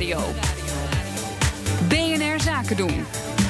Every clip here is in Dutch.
Nieuwsradio. BNR Zaken doen.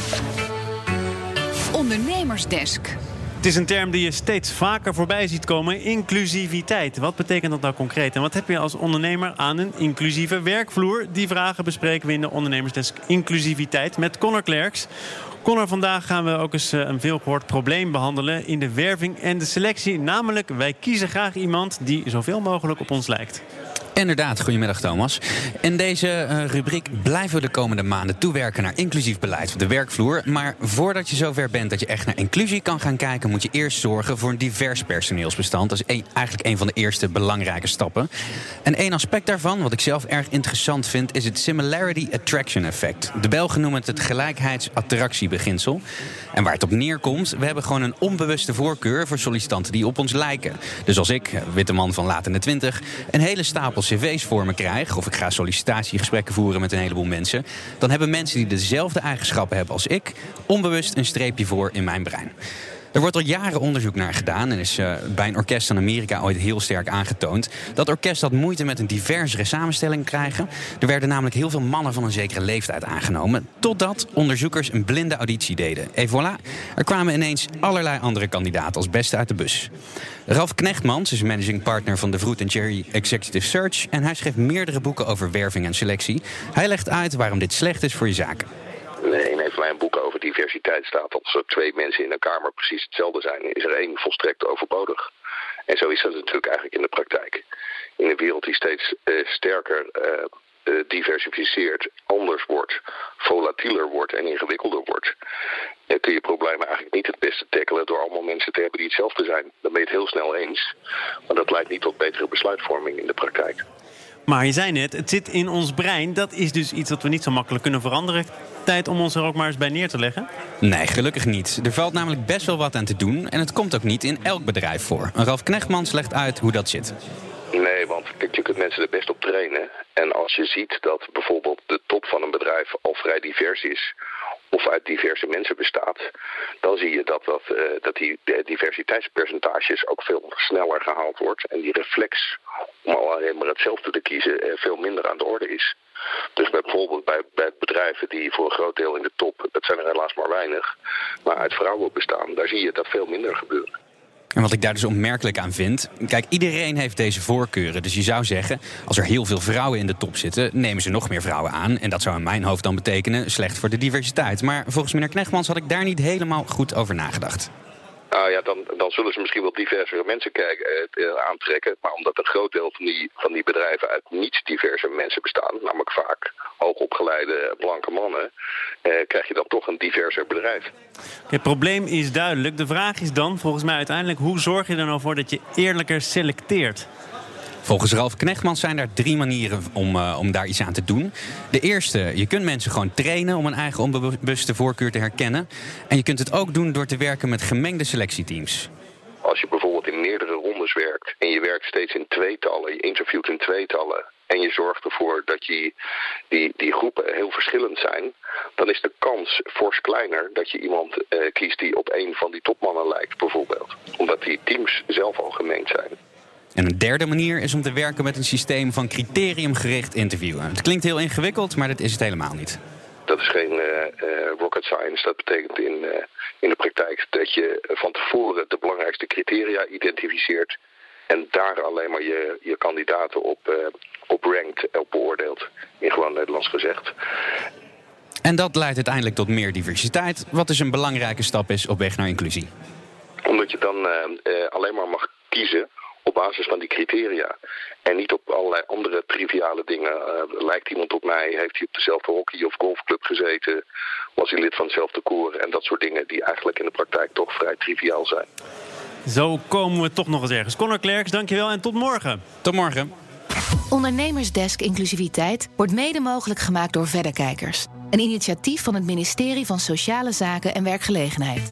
Ondernemersdesk. Het is een term die je steeds vaker voorbij ziet komen, inclusiviteit. Wat betekent dat nou concreet? En wat heb je als ondernemer aan een inclusieve werkvloer? Die vragen bespreken we in de Ondernemersdesk Inclusiviteit met Connor Klerks. Connor, vandaag gaan we ook eens een veelgehoord probleem behandelen in de werving en de selectie. Namelijk, wij kiezen graag iemand die zoveel mogelijk op ons lijkt. Inderdaad, goedemiddag Thomas. In deze rubriek blijven we de komende maanden toewerken naar inclusief beleid op de werkvloer. Maar voordat je zover bent dat je echt naar inclusie kan gaan kijken, moet je eerst zorgen voor een divers personeelsbestand. Dat is eigenlijk een van de eerste belangrijke stappen. En één aspect daarvan, wat ik zelf erg interessant vind, is het Similarity Attraction Effect. De Belgen noemen het gelijkheidsattractiebeginsel. En waar het op neerkomt, we hebben gewoon een onbewuste voorkeur voor sollicitanten die op ons lijken. Dus als ik, witte man van laat in de 20, een hele stapel cv's voor me krijg, of ik ga sollicitatiegesprekken voeren met een heleboel mensen, dan hebben mensen die dezelfde eigenschappen hebben als ik onbewust een streepje voor in mijn brein. Er wordt al jaren onderzoek naar gedaan en is bij een orkest in Amerika ooit heel sterk aangetoond. Dat orkest had moeite met een diversere samenstelling krijgen. Er werden namelijk heel veel mannen van een zekere leeftijd aangenomen, totdat onderzoekers een blinde auditie deden. En voilà, er kwamen ineens allerlei andere kandidaten als beste uit de bus. Ralf Knechtmans is managing partner van de Vroet & Cherry Executive Search en hij schreef meerdere boeken over werving en selectie. Hij legt uit waarom dit slecht is voor je zaken. In een van mijn boeken over diversiteit staat dat als er twee mensen in een kamer precies hetzelfde zijn, is er één volstrekt overbodig. En zo is dat natuurlijk eigenlijk in de praktijk. In een wereld die steeds sterker diversificeert, anders wordt, volatieler wordt en ingewikkelder wordt, kun je problemen eigenlijk niet het beste tackelen door allemaal mensen te hebben die hetzelfde zijn. Dan ben je het heel snel eens, maar dat leidt niet tot betere besluitvorming in de praktijk. Maar je zei net, het zit in ons brein. Dat is dus iets dat we niet zo makkelijk kunnen veranderen. Tijd om ons er ook maar eens bij neer te leggen? Nee, gelukkig niet. Er valt namelijk best wel wat aan te doen en het komt ook niet in elk bedrijf voor. Ralf Knechtmans legt uit hoe dat zit. Nee, want kijk, je kunt mensen er best op trainen. En als je ziet dat bijvoorbeeld de top van een bedrijf al vrij divers is, of uit diverse mensen bestaat, dan zie je dat die diversiteitspercentages ook veel sneller gehaald wordt. En die reflex om alleen maar hetzelfde te kiezen veel minder aan de orde is. Dus bijvoorbeeld bij bedrijven die voor een groot deel in de top, dat zijn er helaas maar weinig, maar uit vrouwen bestaan, daar zie je dat veel minder gebeuren. En wat ik daar dus opmerkelijk aan vind, kijk, iedereen heeft deze voorkeuren. Dus je zou zeggen, als er heel veel vrouwen in de top zitten, nemen ze nog meer vrouwen aan. En dat zou in mijn hoofd dan betekenen slecht voor de diversiteit. Maar volgens meneer Knechtmans had ik daar niet helemaal goed over nagedacht. Nou ja, dan zullen ze misschien wel diversere mensen aantrekken. Maar omdat een groot deel van die bedrijven uit niet-diverse mensen bestaan, namelijk vaak hoogopgeleide blanke mannen, krijg je dan toch een diverser bedrijf. Het probleem is duidelijk. De vraag is dan, volgens mij uiteindelijk, hoe zorg je er nou voor dat je eerlijker selecteert? Volgens Ralf Knechtmans zijn er 3 manieren om daar iets aan te doen. De eerste, je kunt mensen gewoon trainen om een eigen onbewuste voorkeur te herkennen. En je kunt het ook doen door te werken met gemengde selectieteams. Als je bijvoorbeeld in meerdere rondes werkt en je werkt steeds in tweetallen, je interviewt in tweetallen en je zorgt ervoor dat die groepen heel verschillend zijn, dan is de kans fors kleiner dat je iemand kiest die op een van die topmannen lijkt bijvoorbeeld. Omdat die teams zelf al gemengd zijn. En een derde manier is om te werken met een systeem van criteriumgericht interviewen. Het klinkt heel ingewikkeld, maar dat is het helemaal niet. Dat is geen rocket science. Dat betekent in de praktijk dat je van tevoren de belangrijkste criteria identificeert en daar alleen maar je kandidaten op rankt, op beoordeelt. In gewoon Nederlands gezegd. En dat leidt uiteindelijk tot meer diversiteit, wat dus een belangrijke stap is op weg naar inclusie. Omdat je dan alleen maar mag kiezen op basis van die criteria. En niet op allerlei andere triviale dingen. Lijkt iemand op mij? Heeft hij op dezelfde hockey- of golfclub gezeten? Was hij lid van hetzelfde koor? En dat soort dingen die eigenlijk in de praktijk toch vrij triviaal zijn. Zo komen we toch nog eens ergens. Connor Klerks, dankjewel en tot morgen. Tot morgen. Ondernemersdesk Inclusiviteit wordt mede mogelijk gemaakt door Verderkijkers. Een initiatief van het ministerie van Sociale Zaken en Werkgelegenheid.